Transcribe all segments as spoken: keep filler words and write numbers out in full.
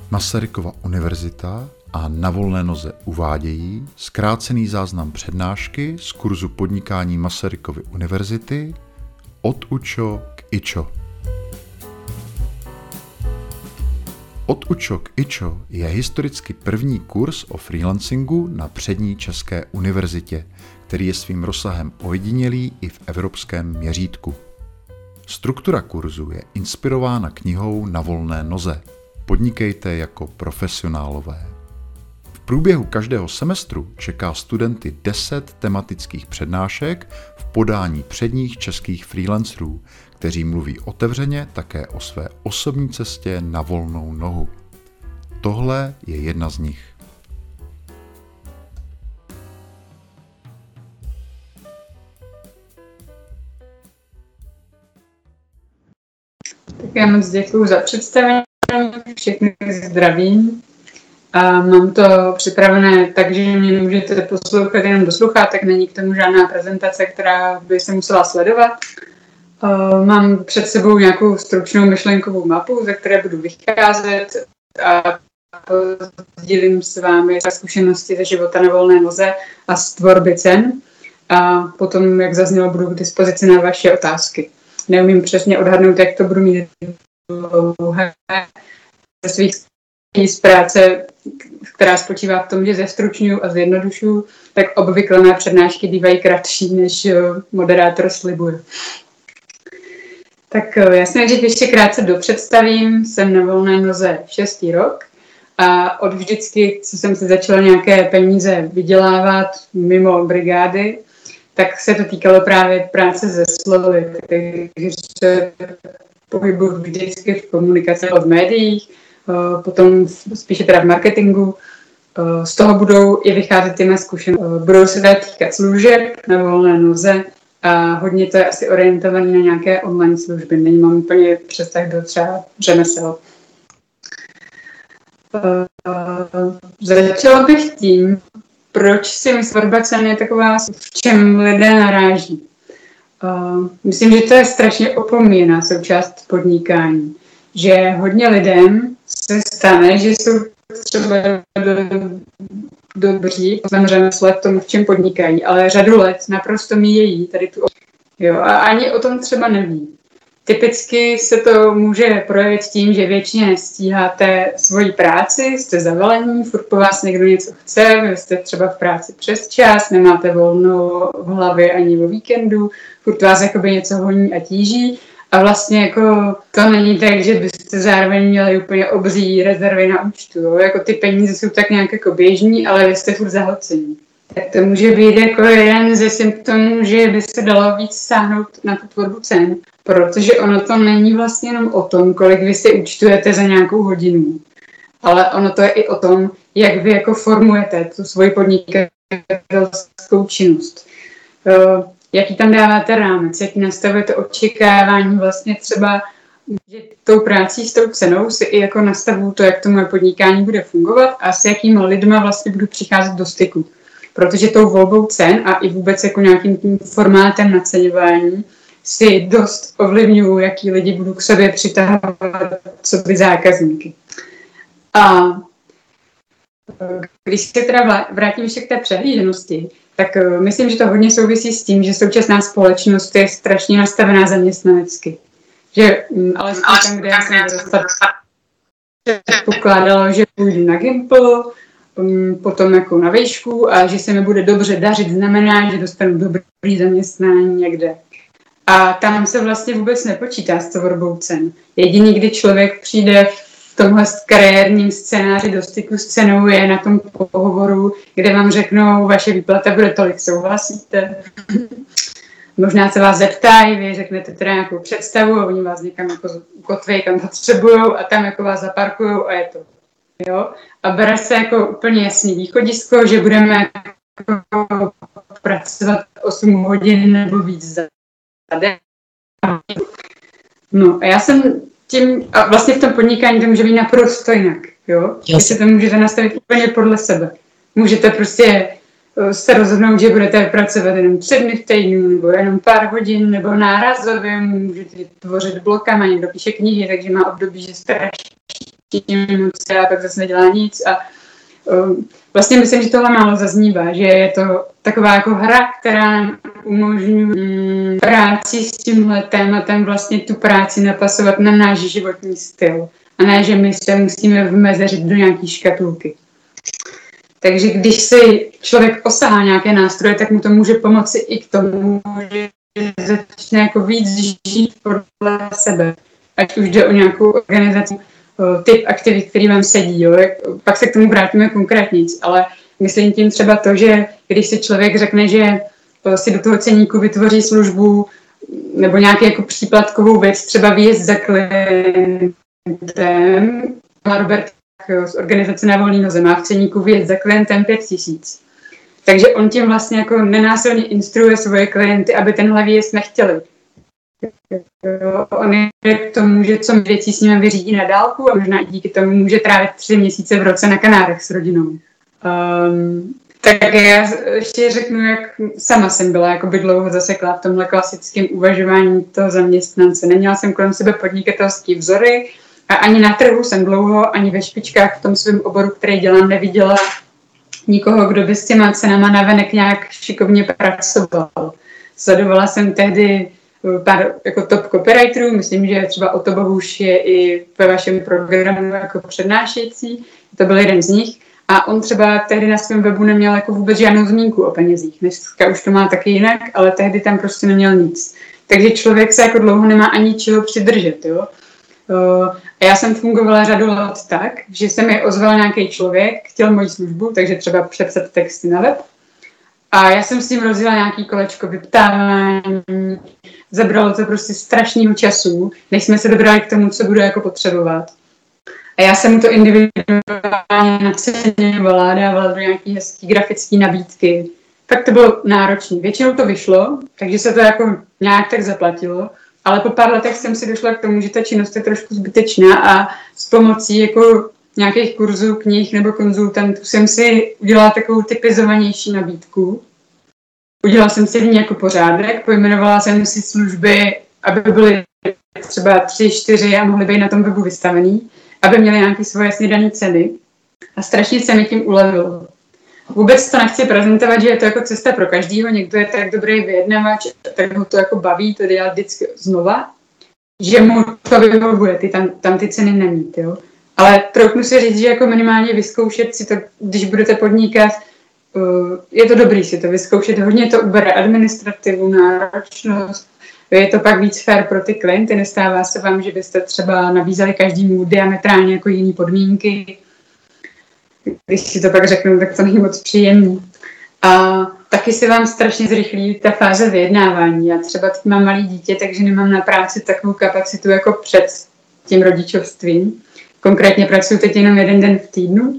Masarykova univerzita a Na volné noze uvádějí zkrácený záznam přednášky z kurzu podnikání Masarykovy univerzity Od učo k ičo. Od učo k ičo je historicky první kurz o freelancingu na přední české univerzitě, který je svým rozsahem ojedinělý i v evropském měřítku. Struktura kurzu je inspirována knihou Na volné noze. Podnikejte jako profesionálové. V průběhu každého semestru čeká studenty deset tematických přednášek v podání předních českých freelancerů, kteří mluví otevřeně také o své osobní cestě na volnou nohu. Tohle je jedna z nich. Tak já moc děkuju za představení, všechny zdravím. A mám to připravené tak, že mě můžete poslouchat jenom do sluchátek, není k tomu žádná prezentace, která by se musela sledovat. Mám před sebou nějakou stručnou myšlenkovou mapu, ze které budu vycházet a sdílím s vámi zkušenosti ze života na volné noze a z tvorby cen. A potom, jak zaznělo, budu k dispozici na vaše otázky. Neumím přesně odhadnout, jak to budu mít dlouhé ze svých z práce, která spočívá v tom, že zestručňuju a zjednodušuju, tak obvykle mé přednášky bývají kratší, než moderátor slibuje. Tak já se nejdřív ještě krátce dopředstavím. Jsem na volné noze šestý rok a od vždycky, co jsem se začala nějaké peníze vydělávat mimo brigády, tak se to týkalo právě práce se slovy, takže se pohybuji vždycky v komunikaci v médiích, potom spíše teda v marketingu. Z toho budou i vycházet ty mé zkušenosti. Budou se dát týkat služeb na volné noze a hodně to je asi orientované na nějaké online služby. Není mám úplně přesah do třeba řemesel. Začala bych tím, proč si myslím, tvorba cen je taková, v čem lidé naráží. Myslím, že to je strašně opomíjená součást podnikání. Že hodně lidem se stane, že jsou třeba do, dobří v tom řemesle, v tom, v čem podnikají, ale řadu let naprosto míjejí tady tu jo, a ani o tom třeba neví. Typicky se to může projevit tím, že většině nestíháte svoji práci, jste zavalení, furt po vás někdo něco chce, vy jste třeba v práci přes čas, nemáte volno v hlavě ani o víkendu, furt vás jakoby něco honí a tíží. A vlastně jako to není tak, že byste zároveň měli úplně obří rezervy na účtu. Jo? Jako ty peníze jsou tak nějak jako běžní, ale vy jste furt zahlcení. Tak to může být jako jeden ze symptomů, že by se dalo víc sáhnout na tu tvorbu cen. Protože ono to není vlastně jenom o tom, kolik vy si účtujete za nějakou hodinu. Ale ono to je i o tom, jak vy jako formujete tu svoji podnikatelskou činnost. Jaký tam dáváte rámec, jaký nastavujete očekávání vlastně třeba, že tou prací s tou cenou si i jako nastavuju to, jak to moje podnikání bude fungovat a s jakýma lidma vlastně budu přicházet do styku. Protože tou volbou cen a i vůbec jako nějakým tím formátem naceňování si dost ovlivňuju, jaký lidi budu k sobě přitahovat, co by zákazníky. A když se teda vrátím ještě k té přehlíženosti, tak uh, myslím, že to hodně souvisí s tím, že současná společnost je strašně nastavená zaměstnanecky. Že, um, ale tam, kde já jsem dostat, pokládalo, že půjdu na Gimpl, um, potom jako na výšku a že se mi bude dobře dařit, znamená, že dostanu dobrý zaměstnání někde. A tam se vlastně vůbec nepočítá s tvorbou cen. Jediný, kdy člověk přijde v tomhle kariérním scénáři do styku s cenou, je na tom pohovoru, kde vám řeknou, vaše výplata bude tolik, souhlasíte? Možná se vás zeptají, vy řeknete teda nějakou představu a oni vás někam jako ukotví, kam potřebujou a tam jako vás zaparkujou a je to. Jo? A bere se jako úplně jasný východisko, že budeme jako pracovat osm hodin nebo víc za den. No a já jsem tím, a vlastně v tom podnikání to může být naprosto jinak, jo? Vy si to můžete nastavit úplně podle sebe. Můžete prostě se rozhodnout, že budete pracovat jenom tři dny v týdnu, nebo jenom pár hodin, nebo nárazově, můžete tvořit blokama, někdo píše knihy, takže má období, že straší moc a pak zase nedělá nic a um, vlastně myslím, že tohle málo zaznívá, že je to taková jako hra, která nám umožňuje mm, práci s tímhle tématem vlastně tu práci napasovat na náš životní styl a ne, že my se musíme vmezeřit do nějaký škatulky. Takže když si člověk osahá nějaké nástroje, tak mu to může pomoci i k tomu, že začne jako víc žít podle sebe. Ať už jde o nějakou organizaci, typ aktivit, který vám sedí. Jo. Pak se k tomu vrátíme konkrétně, ale myslím tím třeba to, že když si člověk řekne, že si do toho ceníku vytvoří službu nebo nějaký jako příplatkovou věc, třeba výjezd za klientem, Robert z organizace Na volný noze má v ceníku výjezd za klientem pět tisíc. Takže on tím vlastně jako nenásilně instruuje svoje klienty, aby tenhle výjezd nechtěli. Jo, on je k tomu, že co věcí s nimi vyřídí na dálku a možná díky tomu může trávit tři měsíce v roce na Kanárech s rodinou. Um, tak já ještě řeknu, jak sama jsem byla jakoby dlouho zaseklá v tomhle klasickém uvažování toho zaměstnance. Neměla jsem kolem sebe podnikatelský vzory a ani na trhu jsem dlouho, ani ve špičkách v tom svém oboru, který dělám, neviděla nikoho, kdo by s těma cenama navenek nějak šikovně pracoval. Sledovala jsem tehdy pár jako top copywriterů, myslím, že třeba Otto Bohuš je i ve vašem programu jako přednášející, to byl jeden z nich a on třeba tehdy na svém webu neměl jako vůbec žádnou zmínku o penězích, dneska už to má taky jinak, ale tehdy tam prostě neměl nic. Takže člověk se jako dlouho nemá ani čeho přidržet, jo. A já jsem fungovala řadu let tak, že se mi ozval nějaký člověk, chtěl moji službu, takže třeba přepsat texty na web. A já jsem s tím rozjela nějaký kolečko vyptávání, zabralo to prostě strašného času, než jsme se dobrali k tomu, co budu jako potřebovat. A já jsem mu to individuálně naceňovala, dávala do nějaký hezký grafický nabídky. Fakt to bylo náročné. Většinou to vyšlo, takže se to jako nějak tak zaplatilo. Ale po pár letech jsem si došla k tomu, že ta činnost je trošku zbytečná a s pomocí jako nějakých kurzů, knih nebo konzultantů jsem si udělala takovou typizovanější nabídku. Udělala jsem si v ní jako pořádek, pojmenovala jsem si služby, aby byly třeba tři, čtyři a mohly být na tom webu vystavený, aby měly nějaké svoje jasně dané ceny. A strašně se mi tím ulevilo. Vůbec to nechci prezentovat, že je to jako cesta pro každýho, někdo je tak dobrý vyjednavač, tak ho to jako baví, to dělat vždycky znova, že mu to vyhovuje, ty tam, tam ty ceny nemít, jo. Ale trochu si říct, že jako minimálně vyzkoušet si to, když budete podnikat, je to dobrý si to vyzkoušet, hodně to ubere administrativu, náročnost, je to pak víc fair pro ty klienty, nestává se vám, že byste třeba nabízeli každému diametrálně jako jiný podmínky. Když si to pak řeknu, tak to není moc příjemný. A taky se vám strašně zrychlí ta fáze vyjednávání. Já třeba teď mám malé dítě, takže nemám na práci takovou kapacitu jako před tím rodičovstvím. Konkrétně pracuji teď jenom jeden den v týdnu.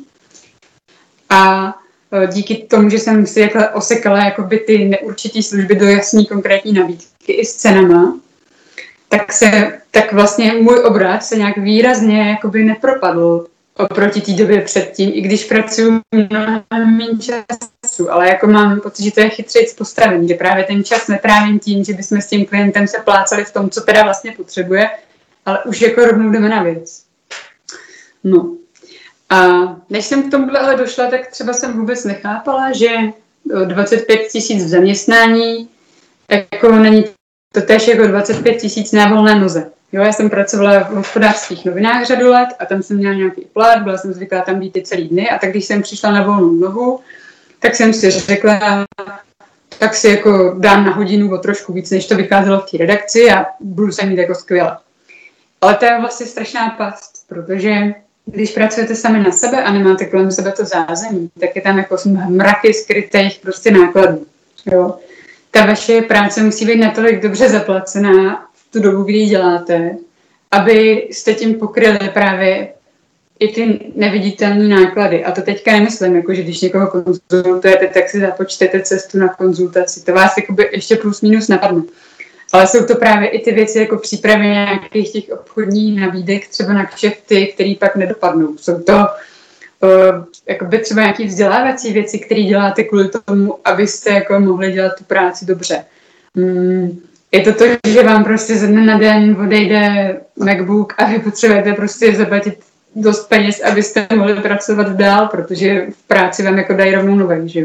A díky tomu, že jsem si jako osekala jakoby ty neurčitý služby do jasný konkrétní nabídky i s cenama, tak, se, tak vlastně můj obrat se nějak výrazně jakoby nepropadl oproti té době předtím, i když pracuji mnohem méně času, ale jako mám pocit, že to je chytřejc postavení, že právě ten čas netrávím tím, že bychom s tím klientem se plácali v tom, co teda vlastně potřebuje, ale už jako rovnou jdeme na věc. No. A než jsem k tomuhle ale došla, tak třeba jsem vůbec nechápala, že dvacet pět tisíc v zaměstnání jako není to též jako dvacet pět tisíc na volné noze. Jo, já jsem pracovala v Hospodářských novinách řadu let a tam jsem měla nějaký plat, byla jsem zvyklá tam být i celý dny a tak když jsem přišla na volnou nohu, tak jsem si řekla, tak si jako dám na hodinu o trošku víc, než to vycházelo v té redakci a budu se mít jako skvěle. Ale to je vlastně strašná past, protože když pracujete sami na sebe a nemáte kolem sebe to zázemí, tak je tam jako mraky skrytých prostě nákladů. Jo. Ta vaše práce musí být natolik dobře zaplacená v tu dobu, kdy ji děláte, aby jste tím pokryli právě i ty neviditelné náklady. A to teďka nemyslím, jako že když někoho konzultujete, tak si započtete cestu na konzultaci. To vás jakoby ještě plus minus napadne. Ale jsou to právě i ty věci jako přípravy nějakých těch obchodních nabídek, třeba na kšefty, které pak nedopadnou. Jsou to uh, jakoby třeba nějaké vzdělávací věci, které děláte kvůli tomu, abyste jako mohli dělat tu práci dobře. Hmm. Je to to, že vám prostě ze dne na den odejde MacBook a vy potřebujete prostě zaplatit dost peněz, abyste mohli pracovat dál, protože v práci vám jako dají rovnou nový, že jo.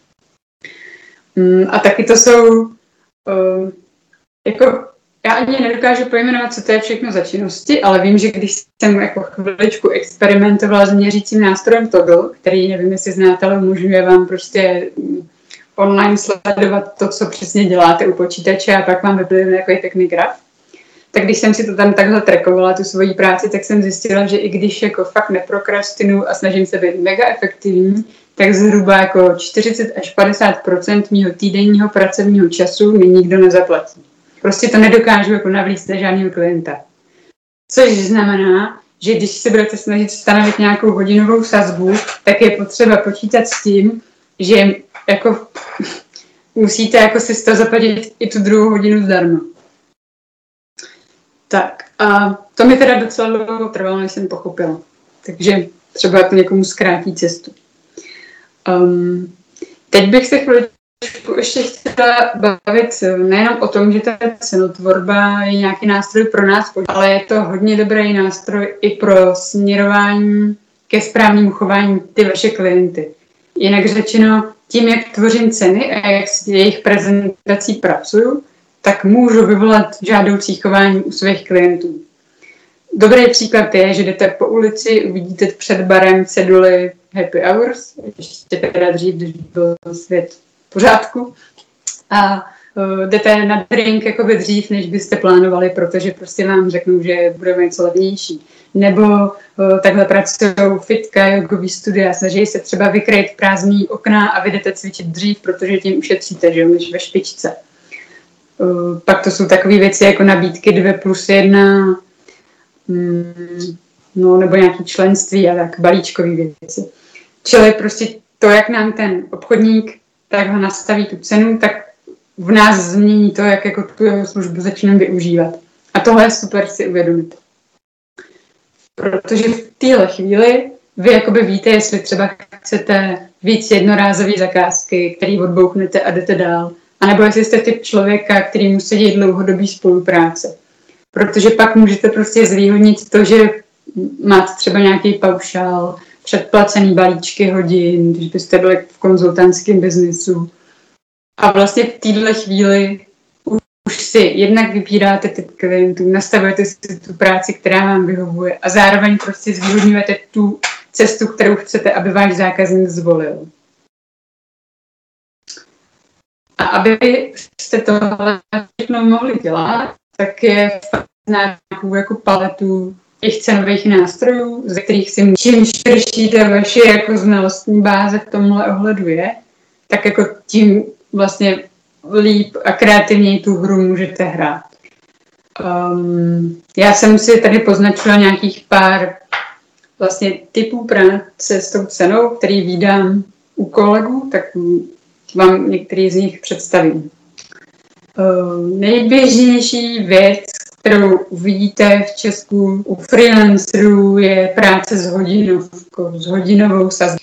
A taky to jsou, uh, jako, já ani nedokážu pojmenovat, co to je všechno za činnosti, ale vím, že když jsem jako chviličku experimentovala s měřícím nástrojem Toggle, který, nevím, jestli znáte, ale umožňuje vám prostě online sledovat to, co přesně děláte u počítače a pak vám vyplivne nějaký pěkný graf. Tak když jsem si to tam takhle trackovala, tu svoji práci, tak jsem zjistila, že i když jako fakt neprokrastinu a snažím se být mega efektivní, tak zhruba jako čtyřicet až padesát procent mýho týdenního pracovního času mi nikdo nezaplatí. Prostě to nedokážu jako navlíct na žádného klienta. Což znamená, že když se budete snažit stanovit nějakou hodinovou sazbu, tak je potřeba počítat s tím, že jako musíte jako si z toho zaplatit i tu druhou hodinu zdarma. Tak a to mi teda docela dlouho trvalo, než jsem pochopila. Takže třeba to někomu zkrátí cestu. Um, teď bych se chviličku ještě chtěla bavit nejenom o tom, že ta cenotvorba je nějaký nástroj pro nás, ale je to hodně dobrý nástroj i pro směrování ke správnému chování ty vaše klienty. Jinak řečeno, tím, jak tvořím ceny a jak s jejich prezentací pracuju, tak můžu vyvolat žádoucí chování u svých klientů. Dobrý příklad je, že jdete po ulici, uvidíte před barem ceduly happy hours, ještě teda dřív, když byl svět v pořádku, a uh, jdete na drink jakoby dřív, než byste plánovali, protože prostě vám řeknou, že budeme něco levnější. Nebo uh, takhle pracují fitka, jogový studia, snaží se třeba vykrýt prázdný okna a vy jdete cvičit dřív, protože tím ušetříte, že jo, než ve špičce. Uh, pak to jsou takové věci jako nabídky dva plus jedna, mm, no, nebo nějaké členství a tak, balíčkové věci. Čili prostě to, jak nám ten obchodník takhle nastaví tu cenu, tak v nás změní to, jak jako tu jeho službu začneme využívat. A tohle je super si uvědomit. Protože v téhle chvíli vy jakoby víte, jestli třeba chcete víc jednorázové zakázky, který odbouchnete a jdete dál. A nebo jestli jste typ člověka, který musí dělat dlouhodobý spolupráce. Protože pak můžete prostě zvýhodnit to, že máte třeba nějaký paušál, předplacený balíčky hodin, když byste byli v konzultantském biznesu. A vlastně v této chvíli už si jednak vybíráte typ klientů, nastavujete si tu práci, která vám vyhovuje a zároveň prostě zvýhodňujete tu cestu, kterou chcete, aby váš zákazník zvolil. A aby jste tohle všechno mohli dělat, tak je nějakou jako paletu těch cenových nástrojů, ze kterých si čím širší ta vaše jako znalostní báze v tomhle ohledu je, tak jako tím vlastně líp a kreativněji tu hru můžete hrát. Um, já jsem si tady poznačila nějakých pár vlastně typů práce s tou cenou, který vídám u kolegů, tak vám některý z nich představím. Um, nejběžnější věc, kterou uvidíte v Česku u freelancerů, je práce s hodinovkou, s hodinovou sazbou.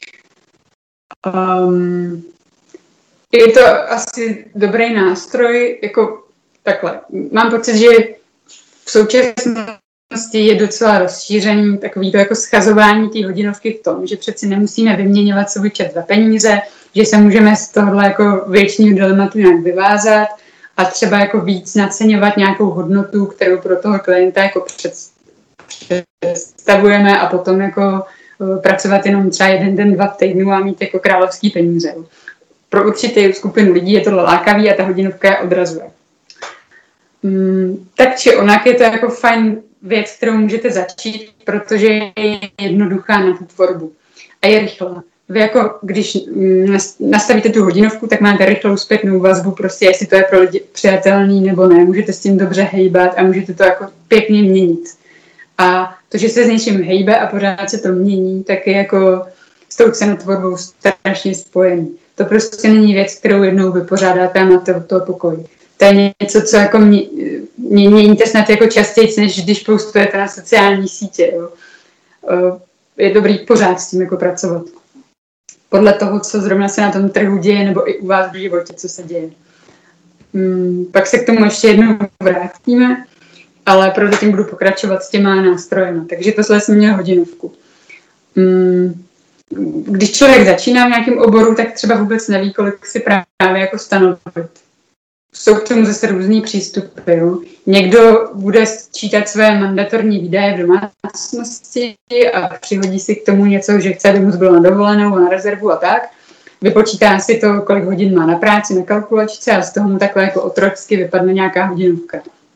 Um, je to asi dobrý nástroj, jako takhle. Mám pocit, že v současnosti je docela rozšířený takový to jako schazování té hodinovky v tom, že přeci nemusíme vyměňovat svůj čas za peníze, že se můžeme z tohohle jako věčního dilematu nějak vyvázat a třeba jako víc naceňovat nějakou hodnotu, kterou pro toho klienta jako představujeme a potom jako pracovat jenom třeba jeden den, dva v týdnu a mít jako královský peníze. Pro určitou skupinu lidí je to lákavý a ta hodinovka je odrazuje. Hmm, tak či onak je to jako fajn věc, kterou můžete začít, protože je jednoduchá na tu tvorbu a je rychlá. Vy jako, když nastavíte tu hodinovku, tak máte rychlou zpětnou vazbu, prostě jestli to je pro lidi přijatelný nebo ne, můžete s tím dobře hejbat a můžete to jako pěkně měnit. A to, že se s něčím hejbe a pořád se to mění, tak je jako s tou cenotvorbou strašně spojený. To prostě není věc, kterou jednou vypořádáte a máte od toho pokoj. To je něco, co jako mě, mě měníte snad jako častěji, než když postujete na sociální sítě. Jo. Je dobrý pořád s tím jako pracovat. Podle toho, co zrovna se na tom trhu děje, nebo i u vás v životě, co se děje. Hmm, pak se k tomu ještě jednou vrátíme. ale prozatím budu pokračovat s těma nástrojema. Takže tohle jsem měla hodinovku. Hmm. Když člověk začíná v nějakém oboru, tak třeba vůbec neví, kolik si právě jako stanovit. Jsou k tomu zase různý přístupy. Jo. Někdo bude sčítat své mandatorní výdaje v domácnosti a přihodí si k tomu něco, že chce, aby mu bylo na dovolenou a na rezervu a tak. Vypočítá si to, kolik hodin má na práci, na kalkulačce a z toho mu takhle jako otrocky vypadne nějaká hodinovka.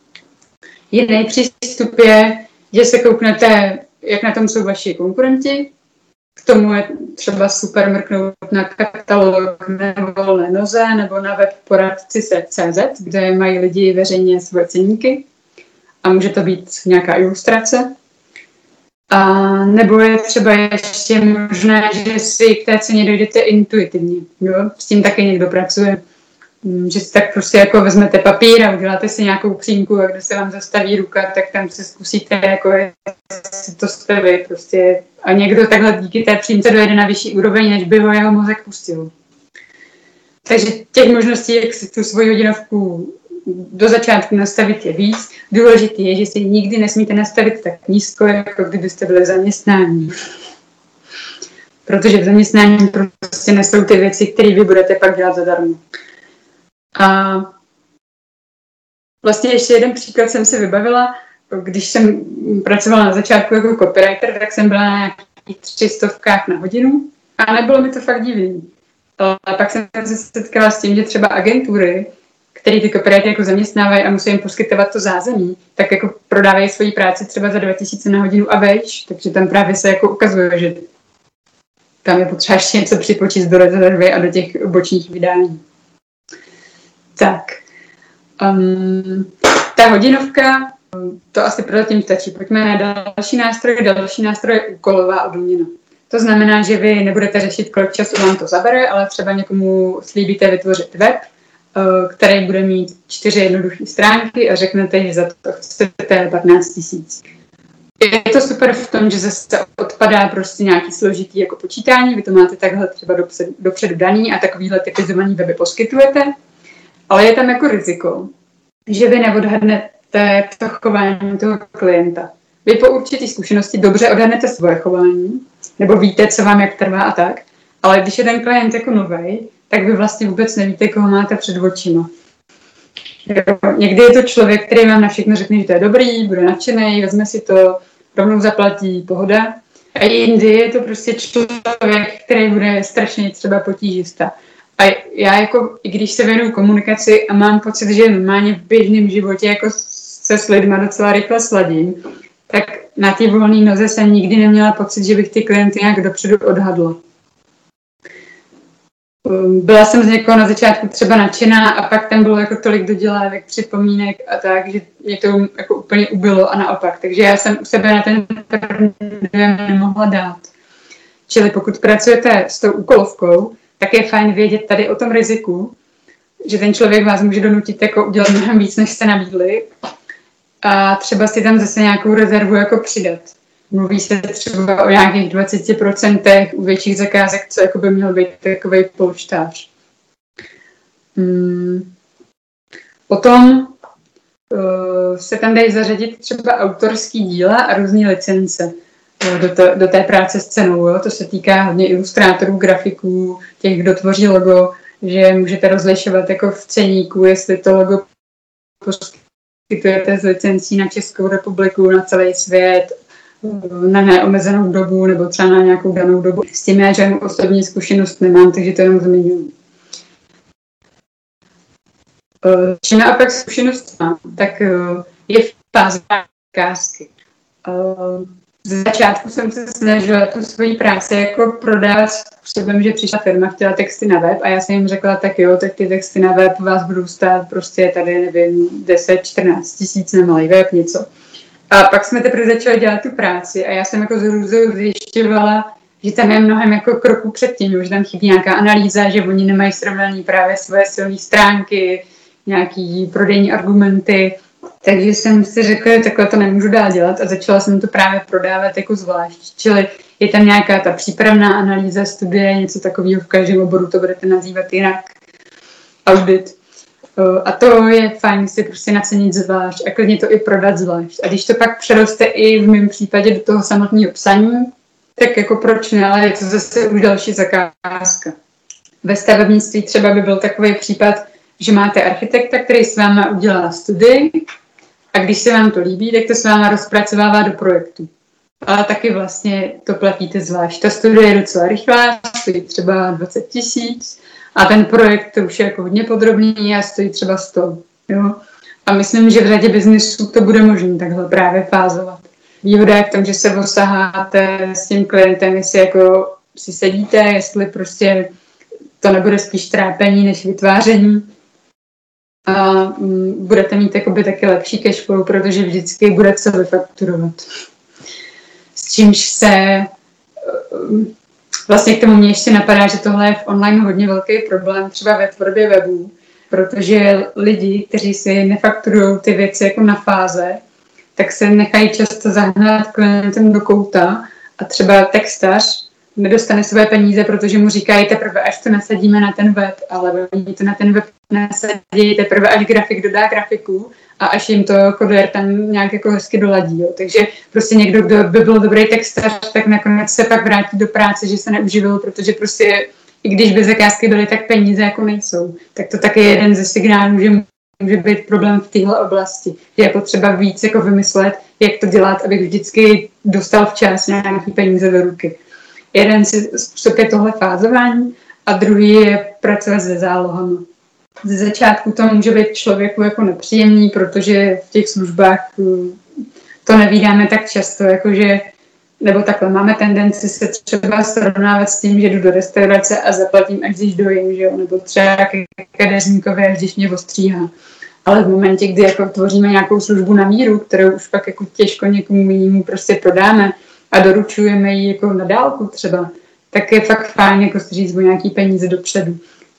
Jiný přístup je, že se kouknete, jak na tom jsou vaši konkurenti. K tomu je třeba super mrknout na katalog nebo volné noze nebo na web poradci tečka cé zet, kde mají lidi veřejně svoje ceníky a může to být nějaká ilustrace. A nebo je třeba ještě možné, že si k té ceně dojdete intuitivně. Jo? S tím taky někdo pracuje. Že si tak prostě jako vezmete papír a uděláte si nějakou přímku a kde se vám zastaví ruka, tak tam se zkusíte, jako jestli to jste vy prostě. A někdo takhle díky té přímce dojede na vyšší úroveň, než by ho jeho mozek pustil. Takže těch možností, jak si tu svoji hodinovku do začátku nastavit je víc. Důležité je, že si ji nikdy nesmíte nastavit tak nízko, jako kdybyste byli zaměstnání. Protože v zaměstnání prostě nesou ty věci, které vy budete pak dělat zadarmo. A vlastně ještě jeden příklad jsem si vybavila. Když jsem pracovala na začátku jako copywriter, tak jsem byla na nějakých tři stovkách na hodinu a nebylo mi to fakt divný. Ale pak jsem se setkala s tím, že třeba agentury, které ty copywritery jako zaměstnávají a musí jim poskytovat to zázemí, tak jako prodávají svoji práci třeba za dva tisíce na hodinu a vejš, takže tam právě se jako ukazuje, že tam je potřeba ještě něco připočíst do rezervy a do těch bočních vydání. Tak, um, ta hodinovka, to asi prozatím stačí. Pojďme na další nástroj. Další nástroj je úkolová odměna. To znamená, že vy nebudete řešit, kolik času vám to zabere, ale třeba někomu slíbíte vytvořit web, který bude mít čtyři jednoduché stránky a řeknete, že za to chcete patnáct tisíc. Je to super v tom, že zase odpadá prostě nějaký složitý jako počítání, vy to máte takhle třeba dopředu, dopředu daný a takovýhle typizovaný weby poskytujete, ale je tam jako riziko, že vy neodhadnete to chování toho klienta. Vy po určitý zkušenosti dobře odhadnete svoje chování, nebo víte, co vám jak trvá a tak, ale když je ten klient jako novej, tak vy vlastně vůbec nevíte, koho máte před očima. Někdy je to člověk, který vám na všechno řekne, že to je dobrý, bude nadšený, vezme si to, rovnou zaplatí, pohoda. A jindy je to prostě člověk, který bude strašně třeba potížista. A já jako, i když se věnuju komunikaci a mám pocit, že normálně v běžném životě jako se s lidma docela rychle sladím, tak na té volné noze jsem nikdy neměla pocit, že bych ty klienty nějak dopředu odhadla. Byla jsem z někoho na začátku třeba nadšená a pak tam bylo jako tolik dodělávek, připomínek a tak, že mě to jako úplně ubilo a naopak. Takže já jsem u sebe na ten první nemohla dát. Čili pokud pracujete s tou úkolovkou, tak je fajn vědět tady o tom riziku, že ten člověk vás může donutit jako udělat mnohem víc, než jste nabídli a třeba si tam zase nějakou rezervu jako přidat. Mluví se třeba o nějakých dvacet procent u větších zakázek, co jako by měl být takovej polštář. Hmm. Potom uh, se tam dají zařadit třeba autorský díla a různé licence uh, do, to, do té práce s cenou. Jo? To se týká hodně ilustrátorů, grafiků, těch, kdo tvoří logo, že můžete rozlišovat jako v ceníku, jestli to logo poskytujete z licencí na Českou republiku, na celý svět, na neomezenou dobu nebo třeba na nějakou danou dobu. S tím já žádnou osobní zkušenost nemám, takže to jenom zmiňuji. Či naopak zkušenost mám, tak je v fázi zakázky. Z začátku jsem se snažila tu svoji práci jako prodat způsobem, že přišla firma, chtěla texty na web a já jsem jim řekla, tak jo, tak ty texty na web vás budou stát prostě tady, nevím, deset čtrnáct tisíc na malý web, něco. A pak jsme teprve začali dělat tu práci a já jsem jako z hrůzou zjišťovala, že tam je mnohem jako kroků předtím, že tam chybí nějaká analýza, že oni nemají srovnaný právě svoje silné stránky, nějaký prodejní argumenty. Takže jsem si řekla, že takhle to nemůžu dál dělat a začala jsem to právě prodávat jako zvlášť. Čili je tam nějaká ta přípravná analýza, studie, něco takového, v každém oboru to budete nazývat jinak. Audit. A to je fajn si prostě nacenit zvlášť a klidně to i prodat zvlášť. A když to pak přeroste i v mém případě do toho samotného psaní, tak jako proč ne, ale je to zase už další zakázka. Ve stavebnictví třeba by byl takový případ, že máte architekta, který s váma udělá studii a když se vám to líbí, tak to s váma rozpracovává do projektu. Ale taky vlastně to platíte zvlášť. Ta studie je docela rychlá, stojí třeba dvacet tisíc a ten projekt to už je jako hodně podrobný a stojí třeba sto. Jo? A myslím, že v řadě biznisů to bude možné takhle právě fázovat. Výhoda je v tom, že se osaháte s tím klientem, jestli jako si sedíte, jestli prostě to nebude spíš trápení než vytváření. A mm, budete mít jakoby taky lepší cash flow, protože vždycky bude co vyfakturovat. S čímž se vlastně k tomu mě ještě napadá, že tohle je v online hodně velký problém, třeba ve tvorbě webů, protože lidi, kteří si nefakturují ty věci jako na fáze, tak se nechají často zahnat klientem do kouta a třeba textař nedostane své peníze, protože mu říkají teprve, až to nasadíme na ten web, ale oni to na ten web nasadí teprve, až grafik dodá grafiku a až jim to kodér tam nějak jako hezky doladí. Jo. Takže prostě někdo, kdo by byl dobrý textař, tak nakonec se pak vrátí do práce, že se neuživil, protože prostě i když by zakázky byly, tak peníze jako nejsou. Tak to taky je jeden ze signálů, že může být problém v téhle oblasti. Je potřeba víc jako vymyslet, jak to dělat, abych vždycky dostal včas nějaký peníze do ruky. Jeden způsob je tohle fázování a druhý je pracovat se zálohami. Ze začátku to může být člověku jako nepříjemný, protože v těch službách to nevídáme tak často, jakože, nebo takhle máme tendenci se třeba srovnávat s tím, že jdu do restaurace a zaplatím, až když dojím, že jo? Nebo třeba ke kadeřníkovi, až když mě ostříhá. Ale v momentě, kdy jako tvoříme nějakou službu na míru, kterou už pak jako těžko někomu jinému prostě prodáme a doručujeme ji jako na dálku třeba, tak je fakt fajn jako si říct o nějaký peníze dopředu.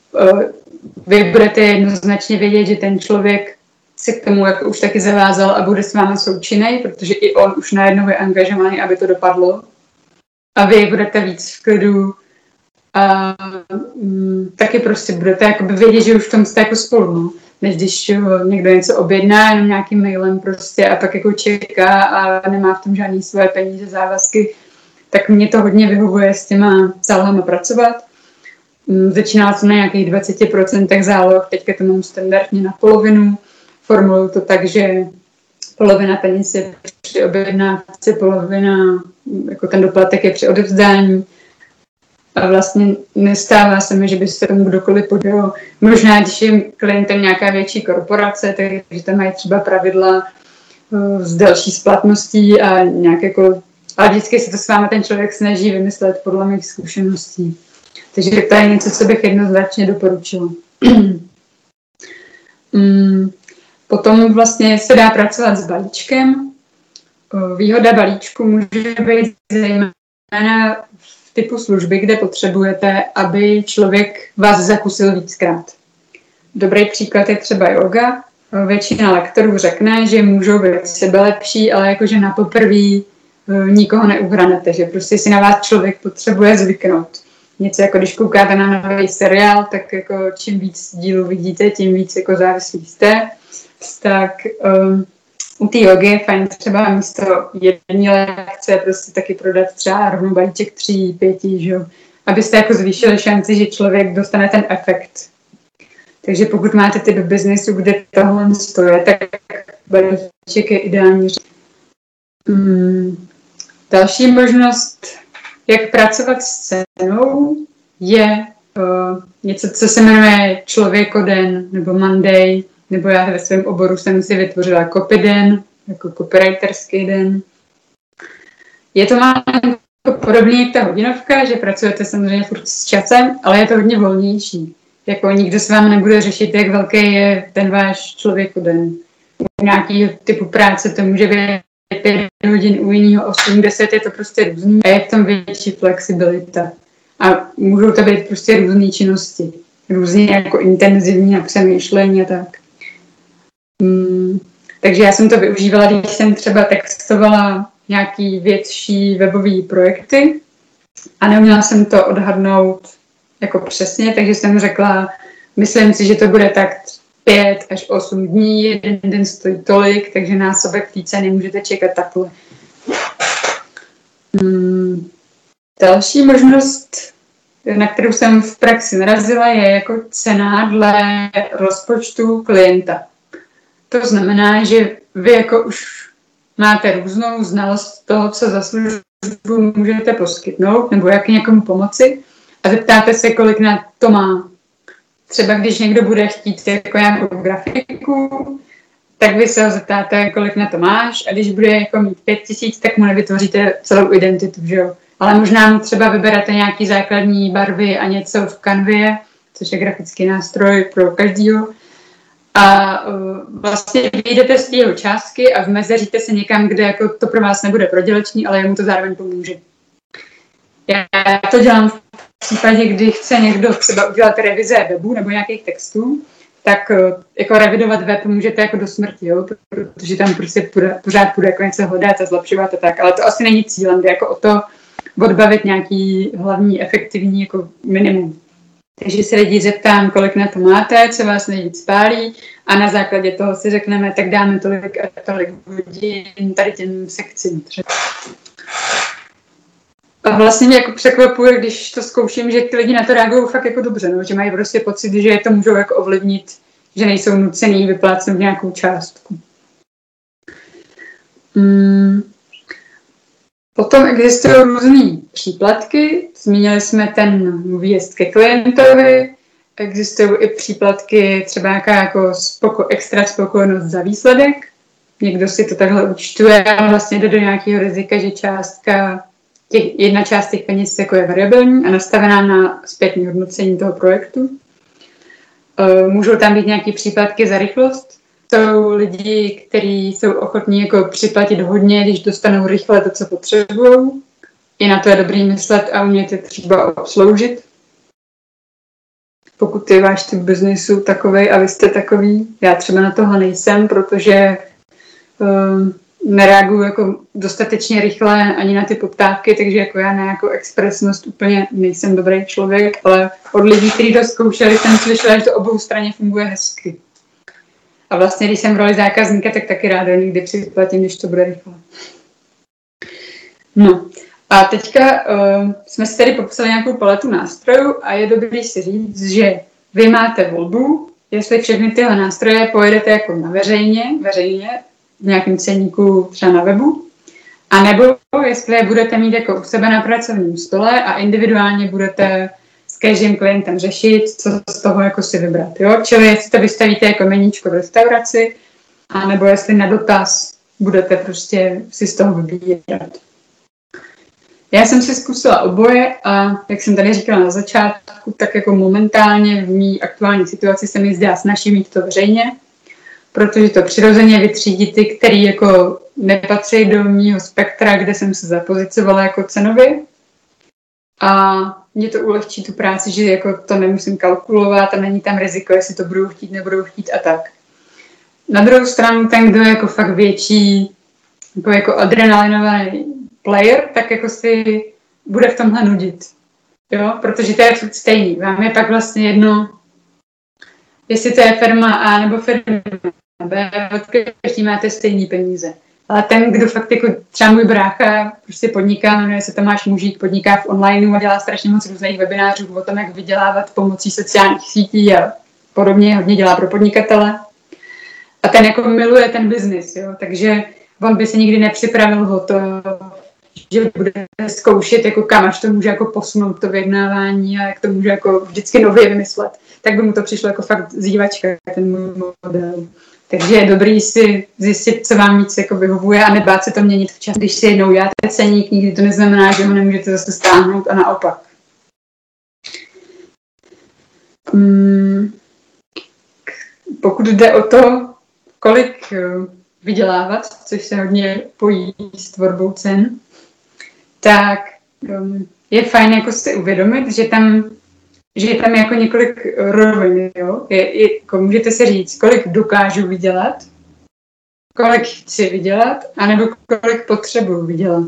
Vy budete jednoznačně vědět, že ten člověk se k tomu jako už taky zavázal a bude s vámi součinnej, protože i on už najednou je angažovaný, aby to dopadlo. A vy budete víc v klidu a mm, taky prostě budete jakoby vědět, že už v tom jste jako spolu, no. Než když někdo něco objedná jenom nějakým mailem prostě a pak jako čeká a nemá v tom žádný svoje peníze, závazky, tak mě to hodně vyhovuje s těma zálohama pracovat. Začínala jsem na nějakých dvacet procent záloh, teďka to mám standardně na polovinu. Formuluju to tak, že polovina peněz je při objednávce, polovina, jako ten doplatek je při odevzdání. A vlastně nestává se mi, že by se tomu kdokoliv podělal. Možná, když je klientem nějaká větší korporace, takže tam mají třeba pravidla s delší splatností a nějak jako... Ale vždycky se to s vámi ten člověk snaží vymyslet podle mých zkušeností. Takže to je něco, co bych jednoznačně doporučila. Potom vlastně se dá pracovat s balíčkem. Výhoda balíčku může být zejména v typu služby, kde potřebujete, aby člověk vás zakusil víckrát. Dobrý příklad je třeba yoga. Většina lektorů řekne, že můžou být sebelepší, ale jakože na poprví nikoho neubranete, že prostě si na vás člověk potřebuje zvyknout. Něco jako když koukáte na nový seriál, tak jako čím víc dílů vidíte, tím víc jako závislí jste. Tak um, u té jogy je fajn třeba místo jedné lekce prostě taky prodat třeba rovnou balíček tří, pěti, že jo? Abyste jako zvýšili šanci, že člověk dostane ten efekt. Takže pokud máte typ biznesu, kde tohle stojí, tak balíček je ideální. Hmm. Další možnost, jak pracovat s cenou, je uh, něco, co se jmenuje člověkoden nebo Monday, nebo já ve svém oboru jsem si vytvořila copyden, jako copywriterský den. Je to mám podobný jak ta hodinovka, že pracujete samozřejmě furt s časem, ale je to hodně volnější. Jako nikdo s vámi nebude řešit, jak velký je ten váš člověkoden. U nějakého typu práce to může být pět hodin, u jiného osm, deset, je to prostě různý a je v tom větší flexibilita. A můžou to být prostě různé činnosti. Různě jako intenzivní na přemýšlení a tak. Hmm. Takže já jsem to využívala, když jsem třeba textovala nějaký větší webové projekty a neuměla jsem to odhadnout jako přesně, takže jsem řekla, myslím si, že to bude tak pět až osm dní, jeden den stojí tolik, takže násobek té ceny můžete čekat takhle. Hmm. Další možnost, na kterou jsem v praxi narazila, je jako cena dle rozpočtu klienta. To znamená, že vy jako už máte různou znalost toho, co za službu můžete poskytnout, nebo jak někomu pomoci a zeptáte se, kolik na to má. Třeba když někdo bude chtít jako nějakou grafiku, tak vy se ho zeptáte, kolik na to máš a když bude jako mít pět tisíc, tak mu nevytvoříte celou identitu, že jo. Ale možná mu třeba vyberete nějaký základní barvy a něco v Canvě, což je grafický nástroj pro každýho. A uh, vlastně vyjdete z té částky a vmezeříte se někam, kde jako to pro vás nebude prodělečný, ale jemu to zároveň pomůže. Já to dělám v případě, kdy chce někdo třeba udělat revize webu nebo nějakých textů, tak uh, jako revidovat web můžete jako do smrti, jo? Protože tam prostě pořád půjde jako něco hledat a zlepšovat a tak, ale to asi není cílem, jde jako o to odbavit nějaký hlavní efektivní jako minimum. Takže se lidi zeptám, kolik na to máte, co vás nejvíc pálí a na základě toho si řekneme, tak dáme tolik a tolik hodin tady těm sekcím. A vlastně mě jako překvapuje, když to zkouším, že ty lidi na to reagují fakt jako dobře, no, že mají prostě pocit, že to můžou jako ovlivnit, že nejsou nucený vyplácnout nějakou částku. Hmm. Potom existují různé příplatky, zmínili jsme ten výjezd ke klientovi, existují i příplatky, třeba nějaká jako spoko, extra spokojenost za výsledek. Někdo si to takhle účtuje a vlastně jde do nějakého rizika, že částka, těch, jedna část těch peněz jako je variabilní a nastavená na zpětné hodnocení toho projektu. Můžou tam být nějaké příplatky za rychlost. Jsou lidi, kteří jsou ochotní jako připlatit hodně, když dostanou rychle to, co potřebují. I na to je dobrý myslet a umět je třeba obsloužit. Pokud je váš typ biznesu takovej a vy jste takový, já třeba na tohle nejsem, protože um, nereaguju jako dostatečně rychle ani na ty poptávky, takže jako já na jako expresnost úplně nejsem dobrý člověk, ale od lidí, kteří to zkoušeli, jsem slyšela, že to obou straně funguje hezky. A vlastně, když jsem v roli zákazníka, tak taky ráda někdy připlatím, když to bude rychle. No a teďka uh, jsme si tady popsali nějakou paletu nástrojů a je dobrý si říct, že vy máte volbu, jestli všechny tyhle nástroje pojedete jako na veřejně, veřejně v nějakém ceníku třeba na webu, anebo jestli je budete mít jako u sebe na pracovním stole a individuálně budete s každým klientem řešit, co z toho jako si vybrat. Jo? Čili jestli to vystavíte jako meníčko v restauraci, anebo jestli na dotaz budete prostě si z toho vybírat. Já jsem si zkusila oboje a jak jsem tady říkala na začátku, tak jako momentálně v mý aktuální situaci se mi zdá snaží mít to veřejně, protože to přirozeně vytřídí ty, který jako nepatří do mýho spektra, kde jsem se zapozicovala jako cenově. A mě to ulehčí tu práci, že jako to nemusím kalkulovat a není tam riziko, jestli to budou chtít, nebudou chtít a tak. Na druhou stranu ten, kdo je jako fakt větší, jako, jako adrenalinový player, tak jako si bude v tomhle nudit. Jo? Protože to je furt stejný. Vám je pak vlastně jedno, jestli to je firma A nebo firma B, od každý máte stejný peníze. Ale ten, kdo fakt jako třeba můj brácha prostě podniká, jmenuje se Tomáš Mužík, podniká v onlineu a dělá strašně moc různých webinářů o tom, jak vydělávat pomocí sociálních sítí a podobně, hodně dělá pro podnikatele. A ten jako miluje ten biznis, jo, takže on by se nikdy nepřipravil o to, že bude zkoušet, jako kam až to může jako posunout to vyjednávání a jak to může jako vždycky nově vymyslet. Tak by mu to přišlo jako fakt zývačka, ten můj model. Takže je dobrý si zjistit, co vám víc jako vyhovuje a nebát se to měnit včas. Když si jednou děláte ceník, nikdy to neznamená, že ho nemůžete zase stáhnout a naopak. Hmm. Pokud jde o to, kolik vydělávat, což se hodně pojí s tvorbou cen, tak um, je fajn jako si uvědomit, že tam, že je tam jako několik rovin, jo. Je, je, jako můžete si říct, kolik dokážu vydělat, kolik chci vydělat, anebo kolik potřebuji vydělat.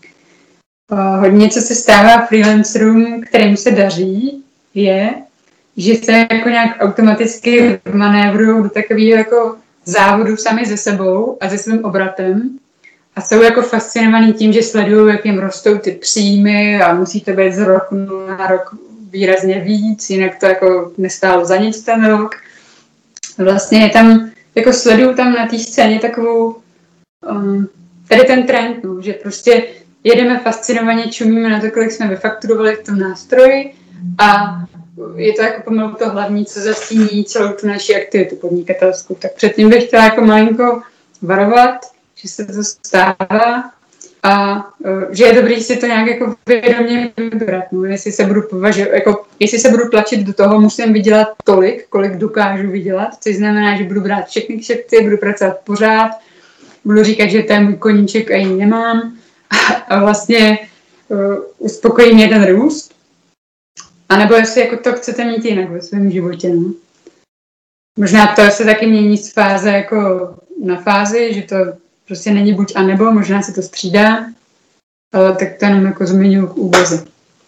Uh, hodně, co se stává freelancerům, kterým se daří, je, že se jako nějak automaticky manévrují do takového jako závodu sami ze sebou a se svým obratem a jsou jako fascinovaný tím, že sledují, jak jim rostou ty příjmy a musí to být z roku na rok výrazně víc, jinak to jako nestálo za nic ten rok. Vlastně je tam, jako sledují tam na té scéně takovou, um, tady ten trend, no, že prostě jedeme fascinovaně, čumíme na to, kolik jsme vyfakturovali v tom nástroji a je to jako pomalu to hlavní, co zastíní celou tu naši aktivitu podnikatelskou. Tak předtím bych chtěla jako malinko varovat, že se to stává a že je dobrý si to nějak jako vědomě vybrat. No, jestli se budu považovat, jako, jestli se budu tlačit do toho, musím vydělat tolik, kolik dokážu vydělat, což znamená, že budu brát všechny kšefty, budu pracovat pořád, budu říkat, že to je můj koníček a jiný nemám a vlastně uh, uspokojí mě ten růst. A nebo jestli jako to chcete mít jinak ve svém životě. No. Možná to se taky mění z fáze jako na fázi, že to prostě není buď a nebo, možná se to střídá, ale tak to jenom jako zmiňuji k úvaze.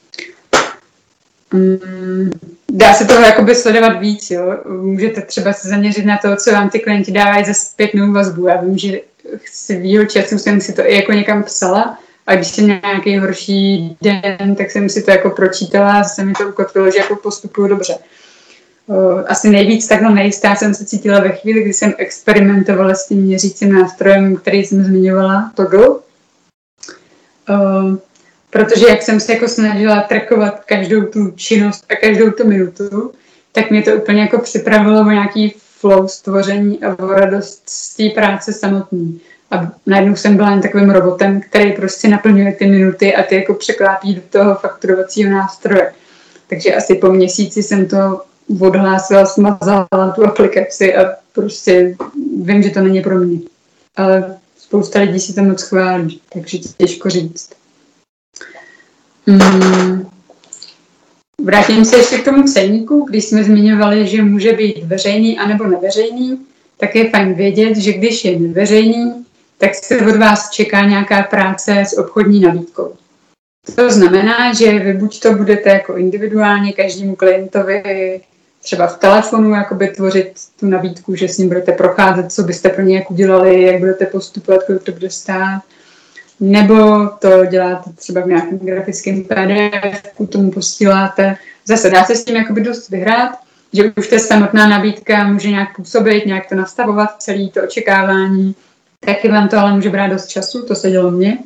Mm, dá se toho jakoby sledovat víc, jo. Můžete třeba se zaměřit na to, co vám ty klienti dávají za zpětnou vazbu. Já vím, že svýho času jsem si to i jako někam psala, a když jsem měla nějaký horší den, tak jsem si to jako pročítala a se mi to ukotvilo, že jako postupuju dobře. Asi nejvíc takhle nejistá jsem se cítila ve chvíli, kdy jsem experimentovala s tím měřícím nástrojem, který jsem zmiňovala, Toggl. Protože jak jsem se jako snažila trackovat každou tu činnost a každou tu minutu, tak mě to úplně jako připravilo o nějaký flow stvoření a o radost z té práce samotný. A najednou jsem byla jen takovým robotem, který prostě naplňuje ty minuty a ty jako překlápí do toho fakturovacího nástroje. Takže asi po měsíci jsem to odhlásila, smazala tu aplikaci a prostě vím, že to není pro mě. Ale spousta lidí si to moc chválí, takže těžko říct. Hmm. Vrátím se ještě k tomu ceníku, když jsme zmiňovali, že může být veřejný anebo neveřejný, tak je fajn vědět, že když je neveřejný, tak se od vás čeká nějaká práce s obchodní nabídkou. To znamená, že vy buď to budete jako individuálně každému klientovi třeba v telefonu jakoby tvořit tu nabídku, že s ním budete procházet, co byste pro ně jak udělali, jak budete postupovat, kolik to bude stát, nebo to děláte třeba v nějakém grafickém P D F, tomu posíláte. Zase dá se s tím jakoby dost vyhrát, že už ta samotná nabídka může nějak působit, nějak to nastavovat, celé to očekávání. Taky vám to ale může brát dost času, to se dělo mně.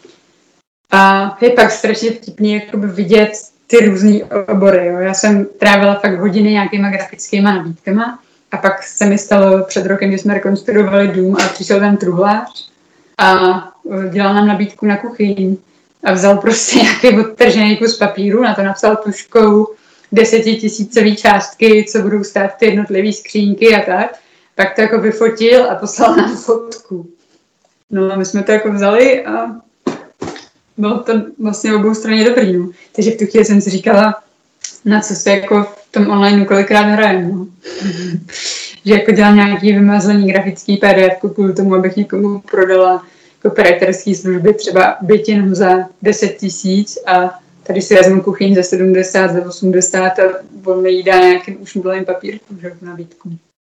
A je pak strašně vtipný jakoby vidět ty různý obory. Jo. Já jsem trávila fakt hodiny nějakýma grafickýma nabídkama a pak se mi stalo před rokem, že jsme rekonstruovali dům a přišel ten truhlář a dělal nám nabídku na kuchyň a vzal prostě nějaký odtržený kus papíru, na to napsal tuškou desetitisícový částky, co budou stát ty jednotlivé skřínky a tak. Pak to jako vyfotil a poslal nám fotku. No a my jsme to jako vzali a bylo to vlastně obou straně dobrý. No. Takže v tu chvíli jsem si říkala, na co se jako v tom online kolikrát hrajem. No. Že jako dělám nějaký vymazlený grafický P D F kvůli tomu, abych někomu prodala copywriterské služby, třeba byt jenom za deset tisíc a tady si vezmu kuchyň za sedmdesát, za osmdesát a on mi jí dá nějakým už mdlým papírku, že nabídku.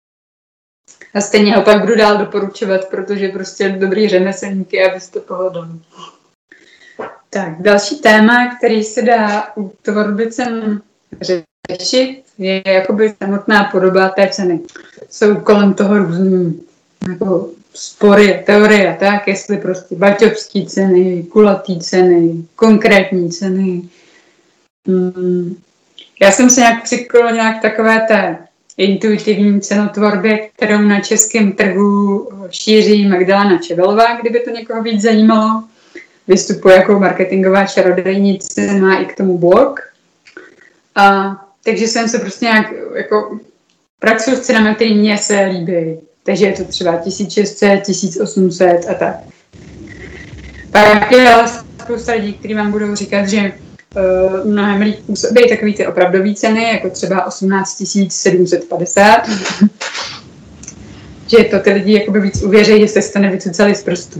A stejně ho pak budu dál doporučovat, protože prostě dobrý řemeslníky, abyste pohledali. Tak, další téma, který se dá u tvorby cen řešit, je jakoby samotná podoba té ceny. Jsou kolem toho různý jako spory, teorie a tak, jestli prostě baťovský ceny, kulatý ceny, konkrétní ceny. Hmm. Já jsem se nějak přiklonila k takové té intuitivní cenotvorbě, kterou na českém trhu šíří Magdalena Čevelová, kdyby to někoho víc zajímalo. Vystupuje jako marketingová čarodejnice, má i k tomu blog. A, takže jsem se prostě nějak jako pracuji s cenami, které mně se líbí. Takže je to třeba tisíc šest set, tisíc osm set a tak. Pak je ale spousta lidí, kteří vám budou říkat, že uh, mnohem líp působí takový ty opravdové ceny, jako třeba osmnáct tisíc sedm set padesát. Že to ty lidi jakoby víc uvěří, že jste si to nevycucali z prstů.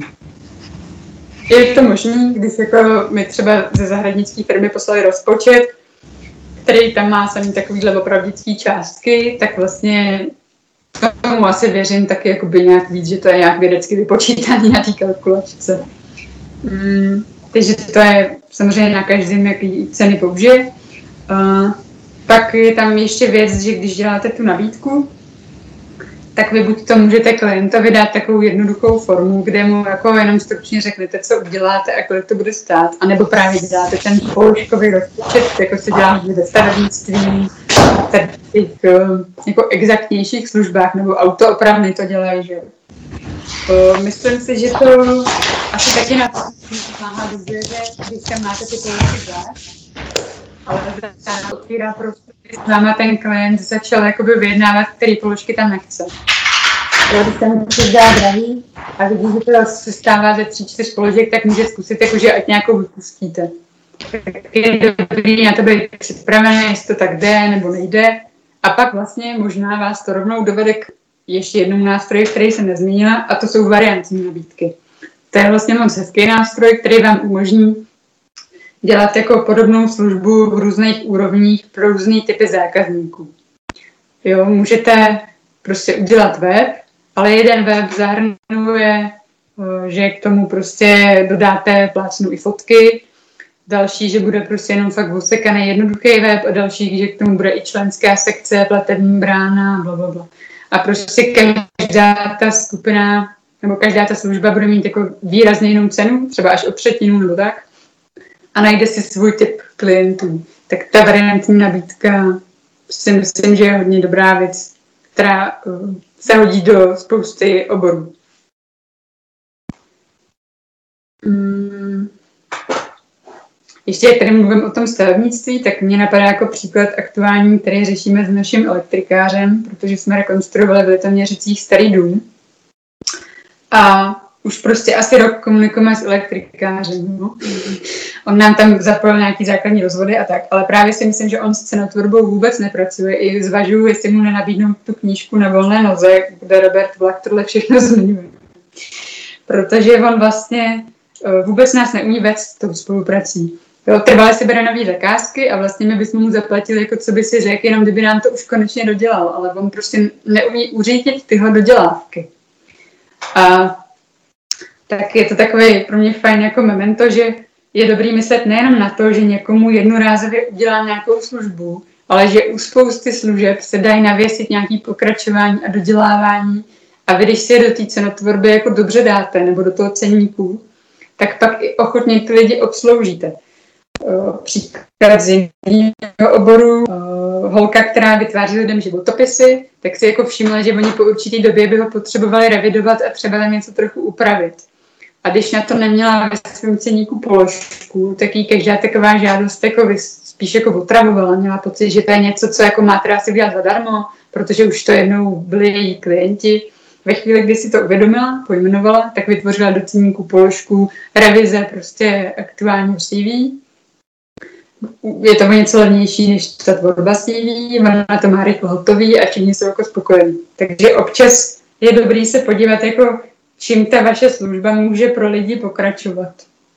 Je to možný, když jako my třeba ze zahradnické firmy poslali rozpočet, který tam má samý takovýhle opravdický částky, tak vlastně tomu asi věřím taky jakoby nějak víc, že to je nějak vědecky vypočítaný na té kalkulačce. Mm, takže to je samozřejmě na každém, jaký ceny použije. Uh, pak je tam ještě věc, že když děláte tu nabídku, tak vy buď to můžete klientovi dát takovou jednoduchou formu, kde mu jako jenom stručně řeknete, co uděláte a kolik to bude stát, anebo právě děláte ten položkový rozpočet, jako se dělá ve stavebnictví, těch jako exaktnějších službách, nebo autoopravny to dělají, že uh, myslím si, že to asi taky na to pomáhá dobře, že když tam máte ty položky zvlášť, ale to otvírá prostě, s náma ten klient začal jakoby vyjednávat, který položky tam nechce. Když tam to dá drahý a vidí, že to se stává ze tří, čtyř položek, tak může zkusit, jakože ať nějakou vypustíte. Tak je dobrý na to být připravené, jestli to tak jde nebo nejde. A pak vlastně možná vás to rovnou dovede k ještě jednomu nástroji, který jsem nezmínila, a to jsou variantní nabídky. To je vlastně moc hezký nástroj, který vám umožní dělat jako podobnou službu v různých úrovních pro různý typy zákazníků. Jo, můžete prostě udělat web, ale jeden web zahrnuje, že k tomu prostě dodáte plácnu i fotky, další, že bude prostě jenom fakt osekaný jednoduchý web a další, že k tomu bude i členská sekce, platební brána, blablabla. A prostě každá ta skupina nebo každá ta služba bude mít jako výrazně jinou cenu, třeba až o třetinu nebo tak, a najde si svůj typ klientů. Tak ta variantní nabídka si myslím, že je hodně dobrá věc, která uh, se hodí do spousty oborů. Hmm. Ještě jak tady mluvím o tom stavebnictví, tak mě napadá jako příklad aktuální, který řešíme s naším elektrikářem, protože jsme rekonstruovali v Litoměřicích starý dům. A už prostě asi rok komunikujeme s elektrikářem. No. On nám tam zapojil nějaký základní rozvody a tak, ale právě si myslím, že on s cenotvorbou vůbec nepracuje. I zvažuju, jestli mu nenabídnou tu knížku na volné noze, kde Robert Vlach tohle všechno zmiňuje. Protože on vlastně vůbec nás neumí vést tou spoluprací. Jo, trvale si bere nový zakázky a vlastně my bychom mu zaplatili, jako co by si řekl, jenom kdyby nám to už konečně dodělal, ale on prostě neumí uřídit tyhle dodělávky. A tak je to takový pro mě fajn jako memento, že je dobrý myslet nejenom na to, že někomu jednorázově udělá nějakou službu, ale že u spousty služeb se dají navěsit nějaký pokračování a dodělávání a vy, když si je do té cenotvorby jako dobře dáte nebo do toho ceníku, tak pak i ochotně ty lidi obsloužíte. Příklad z jiného oboru, holka, která vytváří lidem životopisy, tak si jako všimla, že oni po určitý době by ho potřebovali revidovat a třeba tam něco trochu upravit. A když na to neměla ve svém ceníku položku, tak jí každá taková žádost jako spíš jako otravovala. Měla pocit, že to je něco, co jako má teda si udělat zadarmo, protože už to jednou byli její klienti. Ve chvíli, kdy si to uvědomila, pojmenovala, tak vytvořila do ceníku položku revize prostě aktuálního C V. Je to něco levnější než ta tvorba C V, ona to má rychle hotový a všichni jsou jako spokojení. Takže občas je dobrý se podívat, jako čím ta vaše služba může pro lidi pokračovat.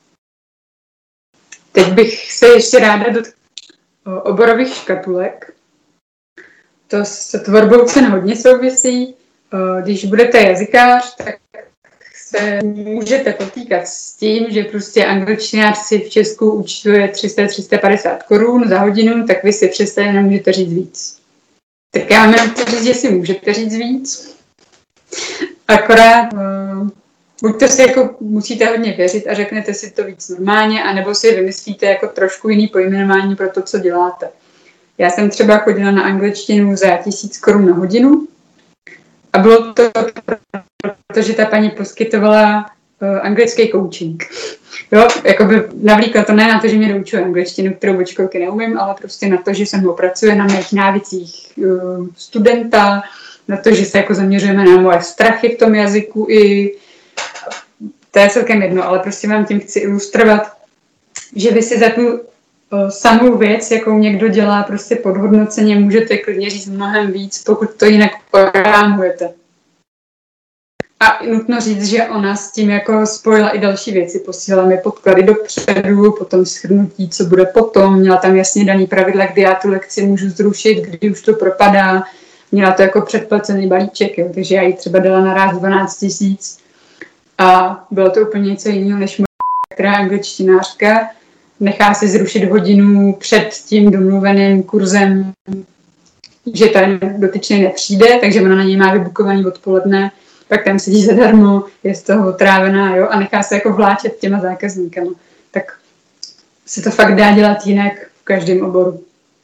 Teď bych se ještě ráda dotkla oborových škatulek. To s tvorbou cen hodně souvisí. Když budete jazykář, tak se můžete potýkat s tím, že prostě angličtinář si v Česku účtuje tři sta až tři sta padesát korun za hodinu, tak vy si přesně nemůžete říct víc. Tak já mám jenom to říct, že si můžete říct víc. Akorát uh, buď to si jako musíte hodně věřit a řeknete si to víc normálně, anebo si vymyslíte jako trošku jiný pojmenování pro to, co děláte. Já jsem třeba chodila na angličtinu za tisíc korun na hodinu a bylo to, protože ta paní poskytovala uh, anglický coaching. Jo, jakoby navlíkla to ne na to, že mě doučuje angličtinu, kterou od školky neumím, ale prostě na to, že se mnou pracuje na mých návicích uh, studenta, na to, že se jako zaměřujeme na moje strachy v tom jazyku i to je celkem jedno, ale prostě vám tím chci ilustrovat, že vy si za tu uh, samou věc, jakou někdo dělá prostě podhodnoceně, můžete klidně říct mnohem víc, pokud to jinak porámujete. A nutno říct, že ona s tím jako spojila i další věci. Posílala mi podklady dopředu, potom shrnutí, co bude potom. Měla tam jasně daný pravidla, kdy já tu lekci můžu zrušit, kdy už to propadá. Měla to jako předplacený balíček, jo. Takže já jí třeba dala naraz dvanáct tisíc. A bylo to úplně něco jiného, než moje, která je angličtinářka. Nechá si zrušit hodinu před tím domluveným kurzem, že ten dotyčný nepřijde, takže ona na něj má vybukovaný odpoledne. Pak tam sedí zadarmo, je z toho otrávená, jo, a nechá se jako vláčet těma zákazníkama. Tak se to fakt dá dělat jinak v každém oboru.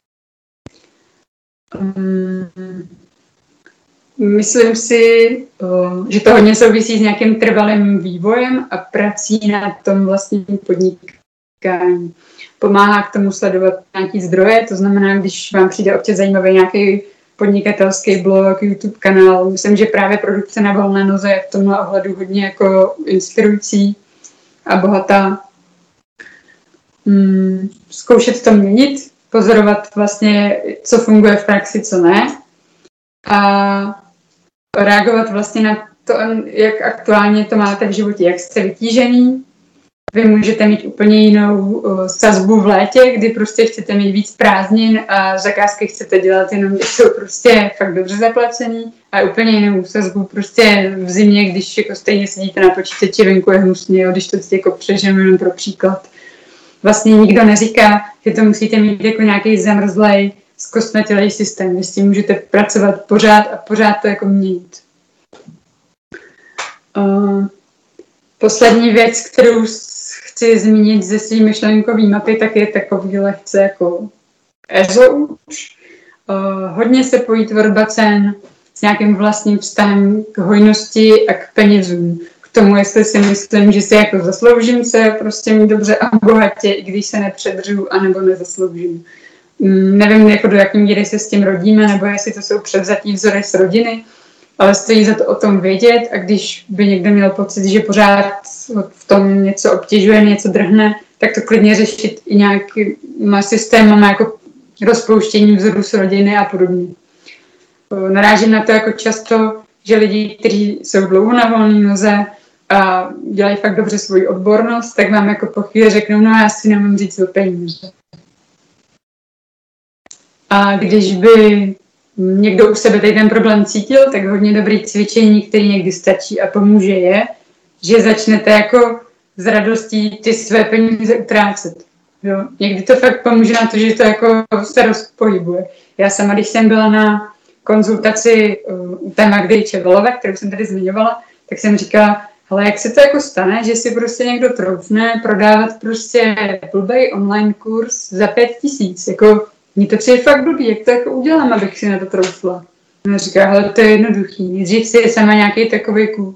Um, myslím si, uh, že to hodně souvisí s nějakým trvalým vývojem a prací na tom vlastním podnikání. Pomáhá k tomu sledovat nějaký zdroje, to znamená, když vám přijde občas zajímavý nějaký podnikatelský blog, YouTube kanál. Myslím, že právě produkce na volné noze je v tomhle ohledu hodně jako inspirující a bohatá. Hmm, zkoušet to měnit, pozorovat vlastně, co funguje v praxi, co ne. A reagovat vlastně na to, jak aktuálně to máte v životě, jak jste vytížený. Vy můžete mít úplně jinou uh, sazbu v létě, kdy prostě chcete mít víc prázdnin a zakázky chcete dělat jenom, když jsou prostě fakt dobře zaplacený, a úplně jinou sazbu prostě v zimě, když jako stejně sedíte na počítači, venku je hnusně, jo, když to jako přeženu jenom pro příklad. Vlastně nikdo neříká, že to musíte mít jako nějaký zamrzlej, zkostnatělej systém. Vy s tím můžete pracovat pořád a pořád to jako měnit. Uh, poslední věc, kterou chci zmínit ze svý myšlenkový mapy, tak je takový lehce jako ezo už. Uh, hodně se pojí tvorba cen s nějakým vlastním vztahem k hojnosti a k penězům. K tomu, jestli si myslím, že si jako zasloužím se prostě mít dobře a bohatě, i když se nepředřu, anebo nezasloužím. Um, nevím, jako do jaký míry se s tím rodíme, nebo jestli to jsou převzatý vzory z rodiny, ale stojí za to o tom vědět, a když by někdo měl pocit, že pořád v tom něco obtěžuje, něco drhne, tak to klidně řešit i nějakýma systémama jako rozpouštění vzorů z rodiny a podobně. Narážím na to jako často, že lidi, kteří jsou dlouho na volné noze a dělají fakt dobře svoji odbornost, tak vám jako po chvíli řeknou, no já si nemám říct o peníze. A když by někdo u sebe tady ten problém cítil, tak hodně dobrý cvičení, který někdy stačí a pomůže, je, že začnete jako s radostí ty své peníze utrácet. Jo? Někdy to fakt pomůže na to, že to jako se rozpohybuje. Já sama, když jsem byla na konzultaci u té Magdy Čevelové, kterou jsem tady zmiňovala, tak jsem říkala, hele, jak se to jako stane, že si prostě někdo troufne prodávat prostě blbej online kurz za pět tisíc, jako mně to přijde fakt blbý, jak to jako udělám, abych si na to troufla. Ona říká, hele, to je jednoduchý, nejdřív si je sama nějaký takový kup.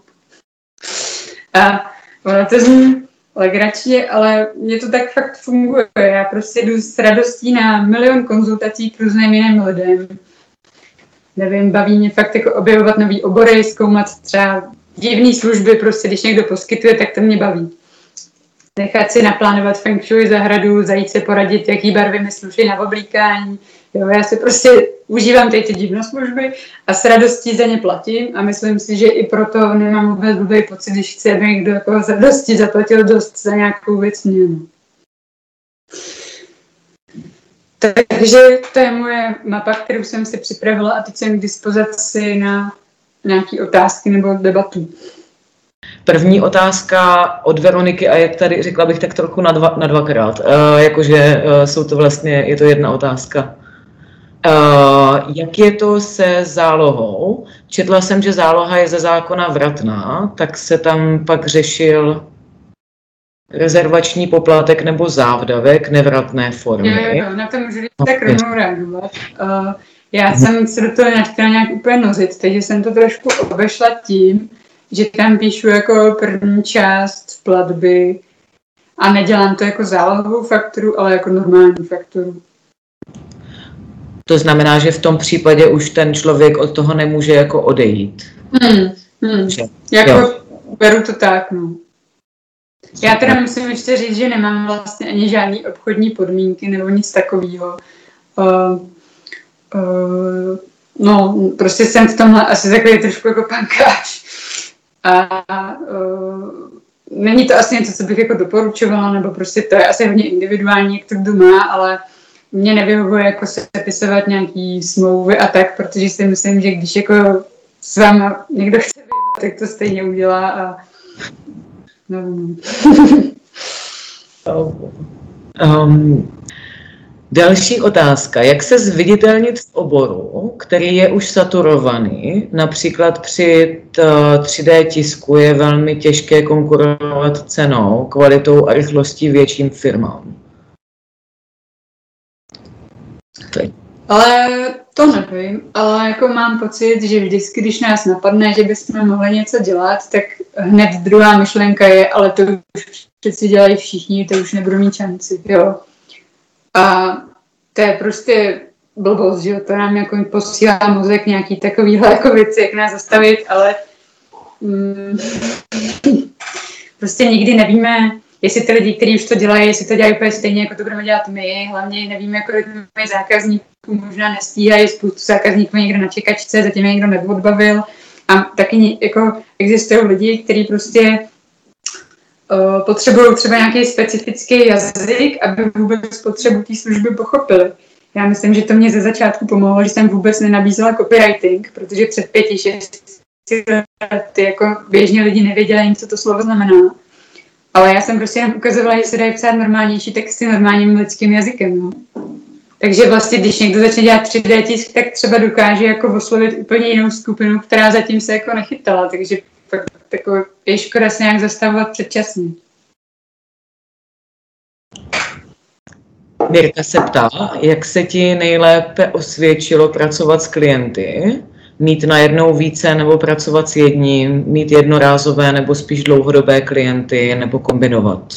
A ona to zní legračně, ale mně to tak fakt funguje. Já prostě jdu s radostí na milion konzultací k různým jiným lidem. Nevím, baví mě fakt jako objevovat nový obory, zkoumat třeba divné služby, prostě když někdo poskytuje, tak to mě baví. Nechat si naplánovat feng shui zahradu, zajít se poradit, jaký barvy mi sluší na oblíkání. Jo, já si prostě užívám tady ty divnoslužby a s radostí za ně platím a myslím si, že i proto nemám vůbec blbý pocit, když chci, aby někdo jako s radostí zaplatil dost za nějakou věc měnu. Takže to je moje mapa, kterou jsem si připravila a teď jsem k dispozici na nějaké otázky nebo debatu. První otázka od Veroniky, a jak tady řekla bych tak trochu na, dva, na dvakrát, uh, jakože uh, jsou to vlastně, je to jedna otázka. Uh, jak je to se zálohou? Četla jsem, že záloha je ze zákona vratná, tak se tam pak řešil rezervační poplatek nebo závdavek nevratné formy. Jo, jo, na to můžu tak rovnou reagovat. Uh, já jsem se do toho nechtěla nějak úplně nořit, takže jsem to trošku obešla tím, že tam píšu jako první část platby a nedělám to jako zálohovou fakturu, ale jako normální fakturu. To znamená, že v tom případě už ten člověk od toho nemůže jako odejít. Hmm, hmm. Jako jo. Beru to tak, no. Já teda musím ještě říct, že nemám vlastně ani žádný obchodní podmínky nebo nic takového. Uh, uh, no, prostě jsem v tomhle asi takový trošku jako pankáč. a uh, není to asi něco, co bych jako doporučovala, nebo prostě to je asi hodně individuální, jak to kdo má, ale mě nevyhovuje jako sepisovat nějaký smlouvy a tak, protože si myslím, že když jako s váma někdo chce vyjít, tak to stejně udělá a no, no. um, další otázka. Jak se zviditelnit v oboru, který je už saturovaný? Například při tři dé tisku je velmi těžké konkurovat cenou, kvalitou a rychlostí větším firmám. Teď. Ale to nevím, ale jako mám pocit, že vždycky, když nás napadne, že bychom mohli něco dělat, tak hned druhá myšlenka je, ale to už přeci dělají všichni, to už nebudu mít šanci, jo. A to je prostě blbost, že jo, to nám jako posílá mozek nějaký takovýhle jako věci, jak nás zastavit, ale mm, prostě nikdy nevíme, jestli ty lidi, kteří už to dělají, jestli to dělají úplně stejně, jako to budeme dělat my, hlavně nevíme, kolik máme zákazníků, možná nestíhají, spoustu zákazníků někde na čekačce, zatím je někdo neodbavil a taky jako existují lidi, kteří prostě uh, potřebují třeba nějaký specifický jazyk, aby vůbec potřebu té služby pochopili. Já myslím, že to mě ze začátku pomohlo, že jsem vůbec nenabízela copywriting, protože před pěti, šesti lety jako běžně lidi nevěděli, co to slovo znamená. Ale já jsem prostě jenom ukazovala, že se dají psát normálnější texty normálním lidským jazykem. No. Takže vlastně, když někdo začne dělat tři dé tisk, tak třeba dokáže jako oslovit úplně jinou skupinu, která zatím se jako nechytala. Takže tak, takové je škoda se nějak zastavovat předčasně. Mirka se ptá, jak se ti nejlépe osvědčilo pracovat s klienty? Mít najednou více nebo pracovat s jedním, mít jednorázové nebo spíš dlouhodobé klienty nebo kombinovat?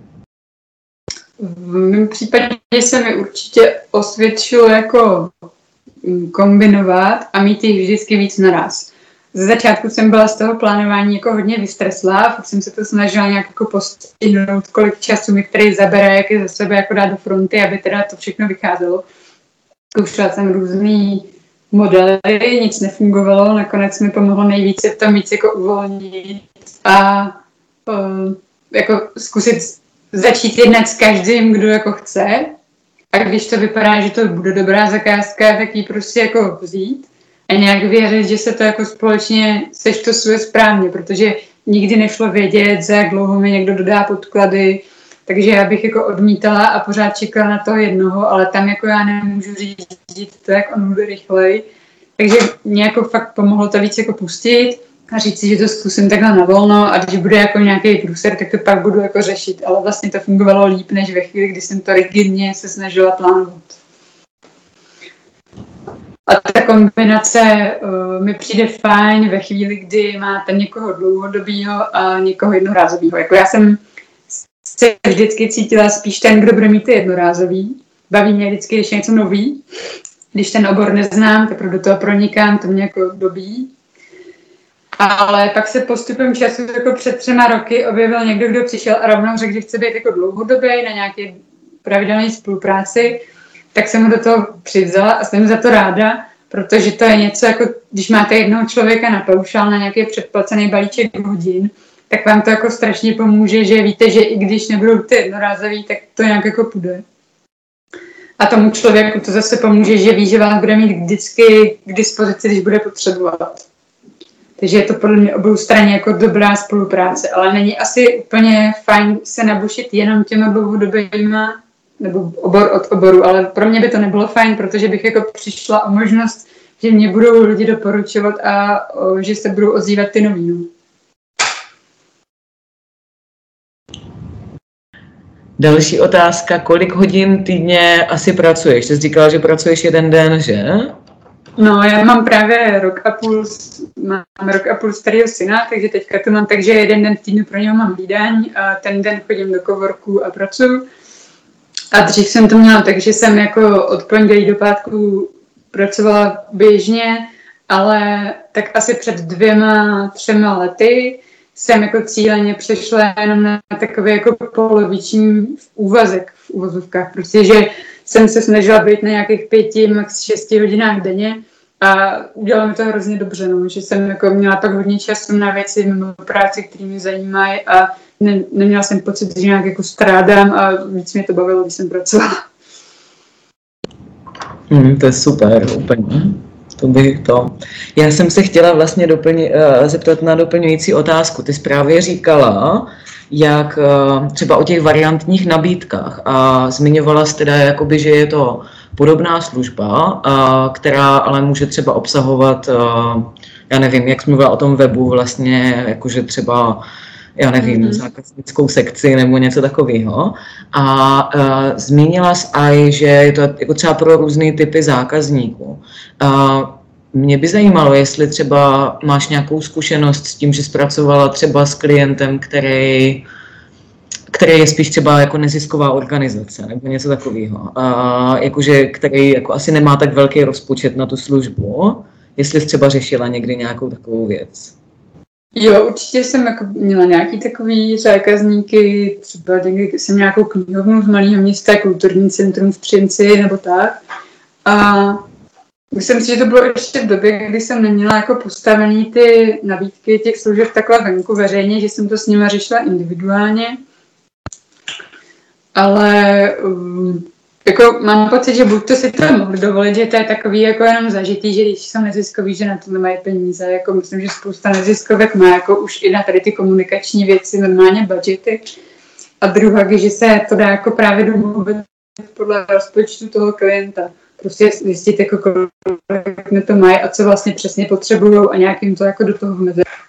V mém případě se mi určitě osvědčilo jako kombinovat a mít jich vždycky víc naraz. Ze začátku jsem byla z toho plánování jako hodně vystreslá, fakt jsem se to snažila nějak jako postihnout, kolik času mi který zabere, jak je za sebe jako dát do fronty, aby teda to všechno vycházelo. Zkoušela jsem různý modely, nic nefungovalo, nakonec mi pomohlo nejvíce tam víc jako uvolnit a uh, jako zkusit začít jednat s každým, kdo jako chce a když to vypadá, že to bude dobrá zakázka, tak ji prostě jako vzít a nějak věřit, že se to jako společně seštosuje správně, protože nikdy nešlo vědět, za jak dlouho mi někdo dodá podklady, takže já bych jako odmítala a pořád čekala na toho jednoho, ale tam jako já nemůžu říct to, jak on bude rychlej. Takže mě jako fakt pomohlo to víc jako pustit a říct si, že to zkusím takhle na volno a když bude jako nějaký průser, tak to pak budu jako řešit. Ale vlastně to fungovalo líp, než ve chvíli, kdy jsem to rigidně se snažila plánovat. A ta kombinace uh, mi přijde fajn ve chvíli, kdy máte někoho dlouhodobýho a někoho jednorázovýho. Jako já jsem se vždycky cítila spíš ten, kdo bude mít ty jednorázový. Baví mě vždycky, když je něco nový. Když ten obor neznám, teprve do toho pronikám, to mě jako dobí. Ale pak se postupem času jako před třema roky objevil někdo, kdo přišel a rovnou řekl, že chce být jako dlouhodobý na nějaké pravidelné spolupráci, tak jsem ho do toho přivzala a jsem za to ráda, protože to je něco jako, když máte jednoho člověka na paušál na nějaký předplacený balíček hodin, tak vám to jako strašně pomůže, že víte, že i když nebudou ty jednorázový, tak to nějak jako půjde. A tomu člověku to zase pomůže, že ví, že vás bude mít vždycky k dispozici, když bude potřebovat. Takže je to podle mě oboustranně jako dobrá spolupráce, ale není asi úplně fajn se nabušit jenom těma dlouhodobýma, nebo obor od oboru, ale pro mě by to nebylo fajn, protože bych jako přišla o možnost, že mě budou lidi doporučovat a o, že se budou ozývat ty nový. No. Další otázka, kolik hodin týdně asi pracuješ? Ty jsi říkala, že pracuješ jeden den, že? No, já mám právě rok a půl, mám rok a půl starého syna, takže teďka to mám tak, že jeden den v týdnu pro něho mám hlídaň a ten den chodím do coworku a pracuji. A dřív jsem to měla tak, že jsem jako od pondělí do pátku pracovala běžně, ale tak asi před dvěma, třema lety jsem jako cíleně přešla jenom na takový jako poloviční úvazek v úvozovkách, protože jsem se snažila být na nějakých pěti, max šesti hodinách denně A udělalo mi to hrozně dobře, no, že jsem jako měla tak hodně času na věci mimo práci, které mě zajímají a ne, neměla jsem pocit, že nějak jako strádám a víc mě to bavilo, když jsem pracovala. Hmm, to je super, úplně. To bych to. Já jsem se chtěla vlastně doplni, uh, zeptat na doplňující otázku. Ty jsi právě říkala, jak uh, třeba o těch variantních nabídkách a zmiňovala jsi teda, jakoby, že je to podobná služba, uh, která ale může třeba obsahovat, uh, já nevím, jak jsi mluvila o tom webu vlastně, jakože třeba já nevím, mm-hmm. zákaznickou sekci nebo něco takového. A uh, zmínila jsi aj, že je to jako třeba pro různé typy zákazníků. Uh, mě by zajímalo, jestli třeba máš nějakou zkušenost s tím, že zpracovala třeba s klientem, který, který je spíš třeba jako nezisková organizace nebo něco takového. Uh, jakože, který jako asi nemá tak velký rozpočet na tu službu. Jestli jsi třeba řešila někdy nějakou takovou věc. Jo, určitě jsem jako měla nějaký takový zákazníky, třeba někdy jsem nějakou knihovnu z malého města, kulturní centrum v Třinci nebo tak. A myslím si, že to bylo ještě v době, kdy jsem neměla jako postavený ty nabídky těch služeb takhle venku veřejně, že jsem to s nima řešila individuálně. Ale um, jako mám pocit, že buď to si to mohli dovolit, že to je takový jako jenom zažitý, že když jsou neziskový, že na to nemají peníze. Jako myslím, že spousta neziskovek má jako už i na tady ty komunikační věci normálně budgety. A druhá, že se to dá jako právě domluvit podle rozpočtu toho klienta. Prostě zjistit, jako kolik to mají a co vlastně přesně potřebují a nějak jim to jako do toho vmezit.